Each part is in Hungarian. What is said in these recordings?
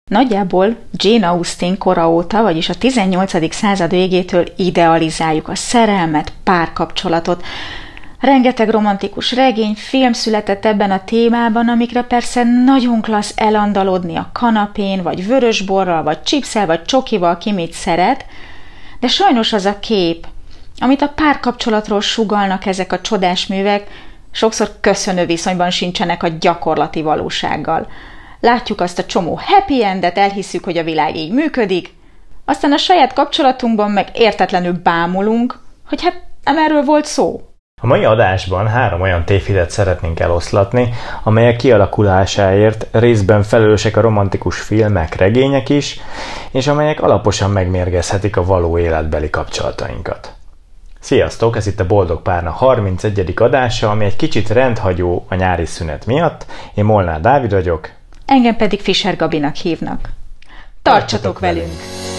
Nagyjából Jane Austen kora óta, vagyis a 18. század végétől idealizáljuk a szerelmet, párkapcsolatot. Rengeteg romantikus regény, film született ebben a témában, amikre persze nagyon klassz elandalodni a kanapén, vagy vörösborral, vagy chipsszel, vagy csokival, ki mit szeret, de sajnos az a kép, amit a párkapcsolatról sugallnak ezek a csodás művek, sokszor köszönő viszonyban sincsenek a gyakorlati valósággal. Látjuk azt a csomó happy endet, elhisszük, hogy a világ így működik, aztán a saját kapcsolatunkban meg értetlenül bámulunk, hogy hát nem erről volt szó. A mai adásban 3 olyan tévhitet szeretnénk eloszlatni, amelyek kialakulásáért részben felelősek a romantikus filmek, regények is, és amelyek alaposan megmérgezhetik a való életbeli kapcsolatainkat. Sziasztok! Ez itt a Boldog Párna 31. adása, ami egy kicsit rendhagyó a nyári szünet miatt. Én Molnár Dávid vagyok. Engem pedig Fischer Gabinak hívnak. Tartsatok velünk!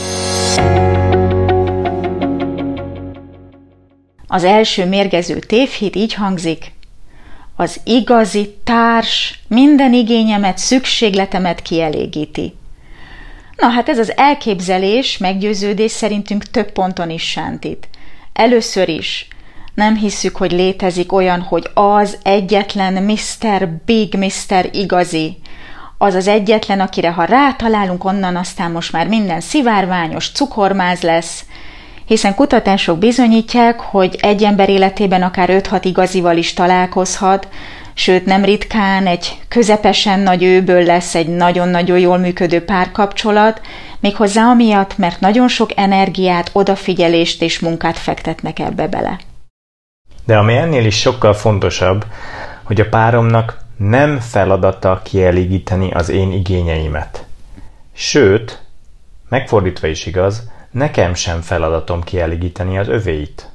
Az első mérgező tévhit így hangzik: az igazi társ minden igényemet, szükségletemet kielégíti. Na hát ez az elképzelés, meggyőződés szerintünk több ponton is sántít. Először is nem hisszük, hogy létezik olyan, hogy az egyetlen Mr. Big, Mr. Igazi, az az egyetlen, akire ha rátalálunk, onnan aztán most már minden szivárványos cukormáz lesz, hiszen kutatások bizonyítják, hogy egy ember életében akár 5-6 igazival is találkozhat, sőt nem ritkán egy közepesen nagy őből lesz egy nagyon-nagyon jól működő párkapcsolat, méghozzá amiatt, mert nagyon sok energiát, odafigyelést és munkát fektetnek ebbe bele. De ami ennél is sokkal fontosabb, hogy a páromnak nem feladata kielégíteni az én igényeimet. Sőt, megfordítva is igaz, nekem sem feladatom kielégíteni az övéit.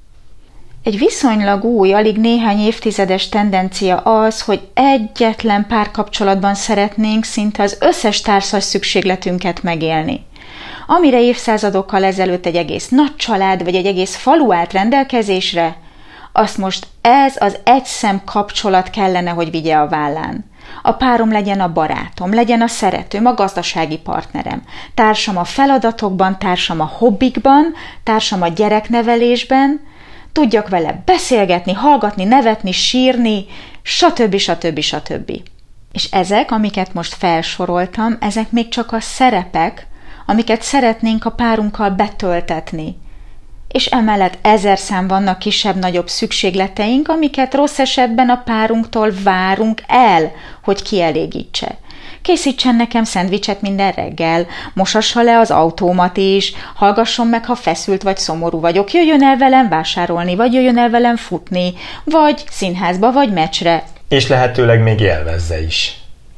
Egy viszonylag új, alig néhány évtizedes tendencia az, hogy egyetlen párkapcsolatban szeretnénk szinte az összes társas szükségletünket megélni. Amire évszázadokkal ezelőtt egy egész nagy család vagy egy egész falu állt rendelkezésre, azt most ez az egyszem kapcsolat kellene, hogy vigye a vállán. A párom legyen a barátom, legyen a szeretőm, a gazdasági partnerem, társam a feladatokban, társam a hobbikban, társam a gyereknevelésben, tudjak vele beszélgetni, hallgatni, nevetni, sírni, stb. Stb. Stb. És ezek, amiket most felsoroltam, ezek még csak a szerepek, amiket szeretnénk a párunkkal betöltetni. És emellett 1000 szám vannak kisebb-nagyobb szükségleteink, amiket rossz esetben a párunktól várunk el, hogy kielégítse. Készítsen nekem szendvicset minden reggel, mosassa le az autómat is, hallgasson meg, ha feszült vagy szomorú vagyok, jöjjön el velem vásárolni, vagy jöjjön el velem futni, vagy színházba, vagy meccsre. És lehetőleg még élvezze is.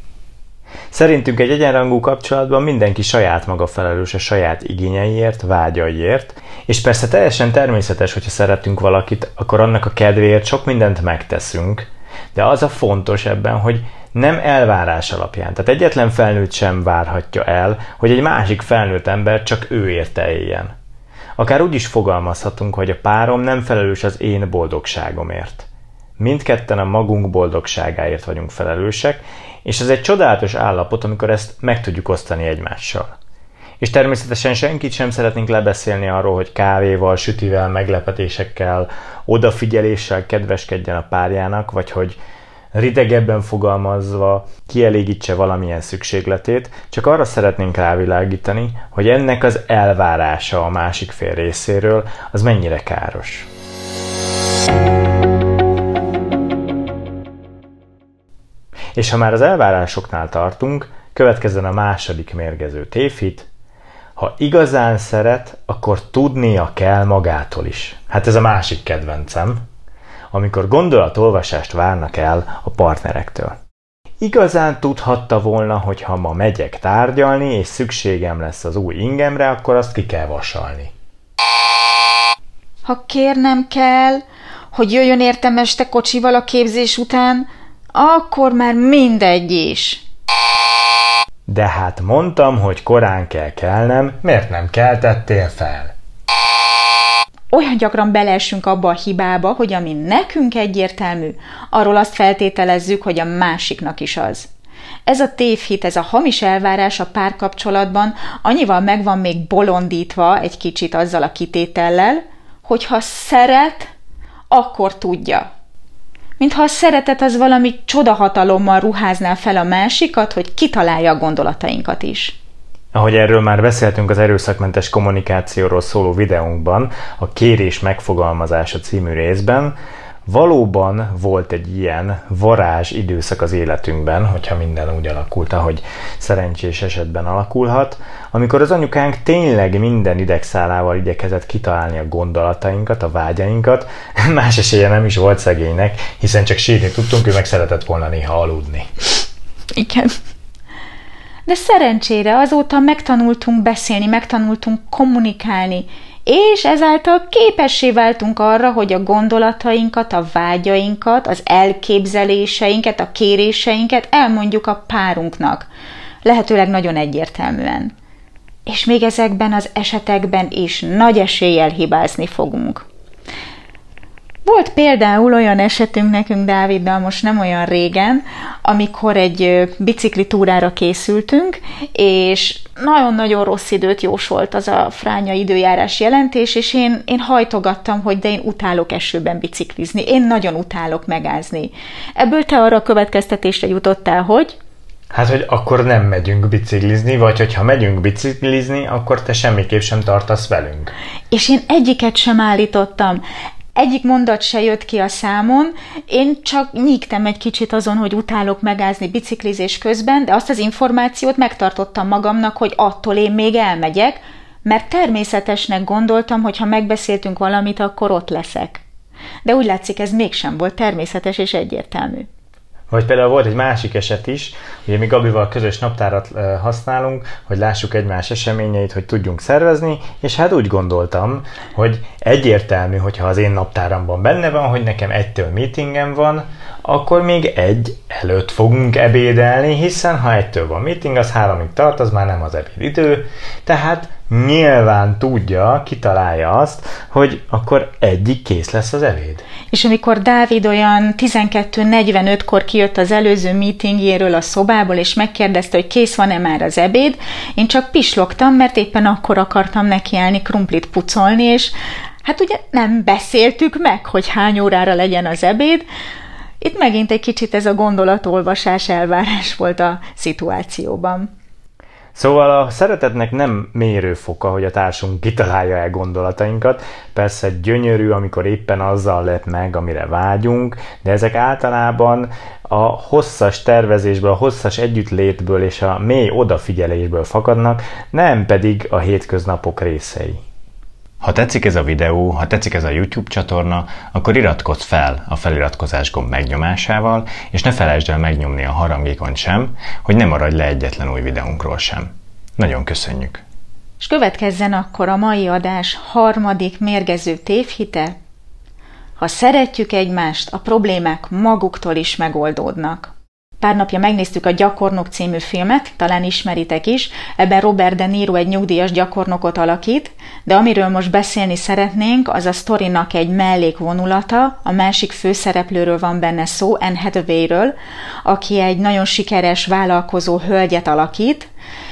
Szerintünk egy egyenrangú kapcsolatban mindenki saját maga felelős a saját igényeiért, vágyaiért, és persze teljesen természetes, hogyha szeretünk valakit, akkor annak a kedvéért sok mindent megteszünk, de az a fontos ebben, hogy nem elvárás alapján. Tehát egyetlen felnőtt sem várhatja el, hogy egy másik felnőtt ember csak ő érte éljen. Akár úgy is fogalmazhatunk, hogy a párom nem felelős az én boldogságomért. Mindketten a magunk boldogságáért vagyunk felelősek, és ez egy csodálatos állapot, amikor ezt meg tudjuk osztani egymással. És természetesen senkit sem szeretnénk lebeszélni arról, hogy kávéval, sütivel, meglepetésekkel, odafigyeléssel kedveskedjen a párjának, vagy hogy ridegebben fogalmazva kielégítse valamilyen szükségletét, csak arra szeretnénk rávilágítani, hogy ennek az elvárása a másik fél részéről az mennyire káros. És ha már az elvárásoknál tartunk, következzen a második mérgező tévhit: ha igazán szeret, akkor tudnia kell magától is. Hát ez a másik kedvencem, amikor gondolatolvasást várnak el a partnerektől. Igazán tudhatta volna, hogy ha ma megyek tárgyalni, és szükségem lesz az új ingemre, akkor azt ki kell vasalni. Ha kérnem kell, hogy jöjjön értem este kocsival a képzés után, akkor már mindegy is. De hát mondtam, hogy korán kell kelnem, miért nem keltettél fel? Olyan gyakran beleessünk abba a hibába, hogy ami nekünk egyértelmű, arról azt feltételezzük, hogy a másiknak is az. Ez a tévhit, ez a hamis elvárás a párkapcsolatban annyival meg van még bolondítva egy kicsit azzal a kitétellel, hogy ha szeret, akkor tudja. Mintha a szeretet az valami csodahatalommal ruházná fel a másikat, hogy kitalálja a gondolatainkat is. Ahogy erről már beszéltünk az erőszakmentes kommunikációról szóló videónkban, a kérés megfogalmazása című részben, valóban volt egy ilyen varázs időszak az életünkben, hogyha minden úgy alakult, ahogy szerencsés esetben alakulhat, amikor az anyukánk tényleg minden idegszálával igyekezett kitalálni a gondolatainkat, a vágyainkat, más esélye nem is volt szegénynek, hiszen csak sírni tudtunk, ő meg szeretett volna néha aludni. Igen. De szerencsére azóta megtanultunk beszélni, megtanultunk kommunikálni, és ezáltal képessé váltunk arra, hogy a gondolatainkat, a vágyainkat, az elképzeléseinket, a kéréseinket elmondjuk a párunknak. Lehetőleg nagyon egyértelműen. És még ezekben az esetekben is nagy eséllyel hibázni fogunk. Volt például olyan esetünk nekünk Dáviddal most nem olyan régen, amikor egy biciklitúrára készültünk, és nagyon-nagyon rossz időt jósolt az a fránya időjárás jelentés, és én hajtogattam, hogy de én utálok esőben biciklizni, én nagyon utálok megázni. Ebből te arra a következtetésre jutottál, hogy? Hát, hogy akkor nem megyünk biciklizni, vagy hogyha megyünk biciklizni, akkor te semmiképp sem tartasz velünk. És én egyiket sem állítottam. Egyik mondat se jött ki a számon, én csak nyígtem egy kicsit azon, hogy utálok megázni biciklizés közben, de azt az információt megtartottam magamnak, hogy attól én még elmegyek, mert természetesnek gondoltam, hogy ha megbeszéltünk valamit, akkor ott leszek. De úgy látszik, ez mégsem volt természetes és egyértelmű. Vagy például volt egy másik eset is, ugye mi Gabival közös naptárat használunk, hogy lássuk egymás eseményeit, hogy tudjunk szervezni, és hát úgy gondoltam, hogy egyértelmű, hogyha az én naptáramban benne van, hogy nekem 1-től meetingem van, akkor még 1 előtt fogunk ebédelni, hiszen ha 1-től van meeting, az 3-ig tart, az már nem az ebédidő, tehát nyilván tudja, kitalálja azt, hogy akkor 1-ig kész lesz az ebéd. És amikor Dávid olyan 12:45-kor kijött az előző meetingjéről a szobából, és megkérdezte, hogy kész van-e már az ebéd, én csak pislogtam, mert éppen akkor akartam nekiállni krumplit pucolni, és hát ugye nem beszéltük meg, hogy hány órára legyen az ebéd. Itt megint egy kicsit ez a gondolatolvasás elvárás volt a szituációban. Szóval a szeretetnek nem mérőfoka, hogy a társunk kitalálja el gondolatainkat. Persze gyönyörű, amikor éppen azzal lep meg, amire vágyunk, de ezek általában a hosszas tervezésből, a hosszas együttlétből és a mély odafigyelésből fakadnak, nem pedig a hétköznapok részei. Ha tetszik ez a videó, ha tetszik ez a YouTube csatorna, akkor iratkozz fel a feliratkozás gomb megnyomásával, és ne felejtsd el megnyomni a harangikont sem, hogy ne maradj le egyetlen új videónkról sem. Nagyon köszönjük! És következzen akkor a mai adás harmadik mérgező tévhite. Ha szeretjük egymást, a problémák maguktól is megoldódnak. Pár napja megnéztük a Gyakornok című filmet, talán ismeritek is, ebben Robert De Niro egy nyugdíjas gyakornokot alakít, de amiről most beszélni szeretnénk, az a sztorinak egy mellékvonulata, a másik főszereplőről van benne szó, Anne Hathawayről, aki egy nagyon sikeres vállalkozó hölgyet alakít,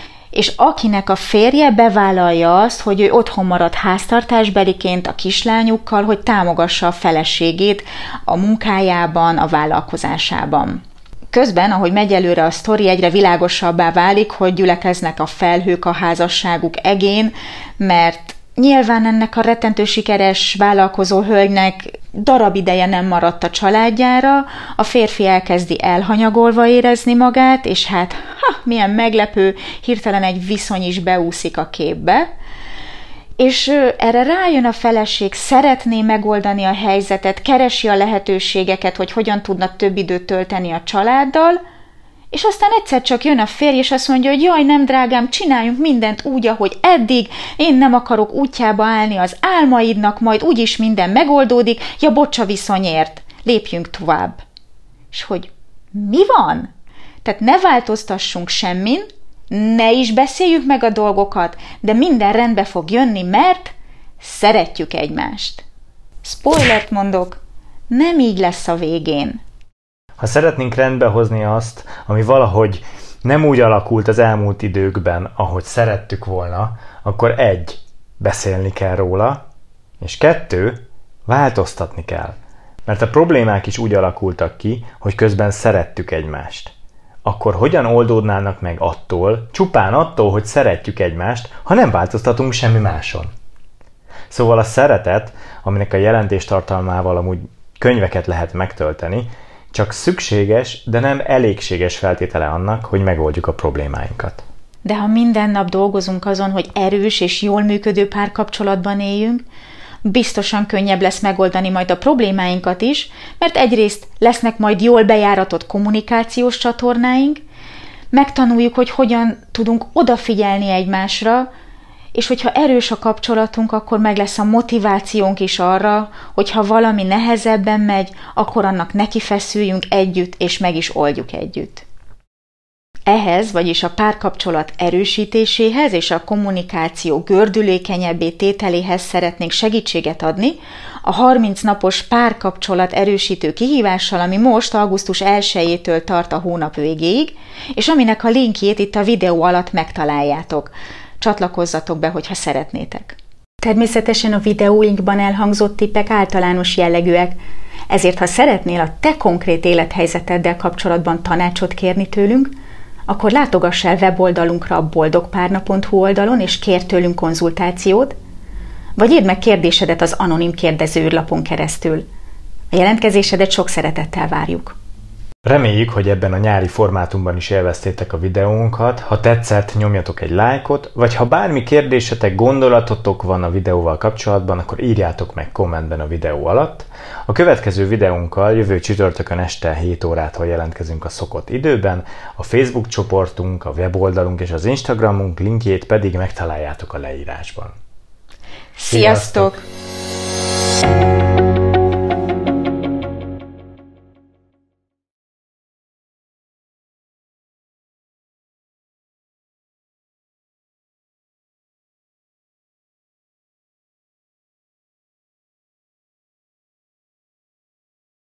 és akinek a férje bevállalja azt, hogy ő otthon marad háztartásbeliként a kislányukkal, hogy támogassa a feleségét a munkájában, a vállalkozásában. Közben, ahogy megy előre a sztori, egyre világosabbá válik, hogy gyülekeznek a felhők a házasságuk egén, mert nyilván ennek a rettentő sikeres vállalkozó hölgynek darab ideje nem maradt a családjára, a férfi elkezdi elhanyagolva érezni magát, és hát, milyen meglepő, hirtelen egy viszony is beúszik a képbe, és erre rájön a feleség, szeretné megoldani a helyzetet, keresi a lehetőségeket, hogy hogyan tudna több időt tölteni a családdal, és aztán egyszer csak jön a férj, és azt mondja, hogy jaj, nem drágám, csináljunk mindent úgy, ahogy eddig, én nem akarok útjába állni az álmaidnak, majd úgyis minden megoldódik, ja, bocs a viszonyért, lépjünk tovább. És hogy mi van? Tehát ne változtassunk semmin, ne is beszéljük meg a dolgokat, de minden rendbe fog jönni, mert szeretjük egymást. Spoilert mondok, nem így lesz a végén. Ha szeretnénk rendbe hozni azt, ami valahogy nem úgy alakult az elmúlt időkben, ahogy szerettük volna, akkor 1. beszélni kell róla, és 2. változtatni kell. Mert a problémák is úgy alakultak ki, hogy közben szerettük egymást. Akkor hogyan oldódnának meg csupán attól, hogy szeretjük egymást, ha nem változtatunk semmi máson? Szóval a szeretet, aminek a jelentéstartalmával amúgy könyveket lehet megtölteni, csak szükséges, de nem elégséges feltétele annak, hogy megoldjuk a problémáinkat. De ha minden nap dolgozunk azon, hogy erős és jól működő párkapcsolatban éljünk, biztosan könnyebb lesz megoldani majd a problémáinkat is, mert egyrészt lesznek majd jól bejáratott kommunikációs csatornáink, megtanuljuk, hogy hogyan tudunk odafigyelni egymásra, és hogyha erős a kapcsolatunk, akkor meg lesz a motivációnk is arra, hogy ha valami nehezebben megy, akkor annak nekifeszüljünk együtt, és meg is oldjuk együtt. Ehhez, vagyis a párkapcsolat erősítéséhez és a kommunikáció gördülékenyebbé tételéhez szeretnénk segítséget adni a 30 napos párkapcsolat erősítő kihívással, ami most augusztus 1-től tart a hónap végéig, és aminek a linkjét itt a videó alatt megtaláljátok. Csatlakozzatok be, hogyha szeretnétek. Természetesen a videóinkban elhangzott tippek általános jellegűek, ezért ha szeretnél a te konkrét élethelyzeteddel kapcsolatban tanácsot kérni tőlünk, akkor látogass el weboldalunkra a boldogpárna.hu oldalon, és kérj tőlünk konzultációt, vagy írd meg kérdésedet az anonim kérdezőrlapon keresztül. A jelentkezésedet sok szeretettel várjuk. Reméljük, hogy ebben a nyári formátumban is élveztétek a videónkat. Ha tetszett, nyomjatok egy lájkot, vagy ha bármi kérdésetek, gondolatotok van a videóval kapcsolatban, akkor írjátok meg kommentben a videó alatt. A következő videónkkal jövő csütörtökön este 7 órától jelentkezünk a szokott időben, a Facebook csoportunk, a weboldalunk és az Instagramunk linkjét pedig megtaláljátok a leírásban. Sziasztok!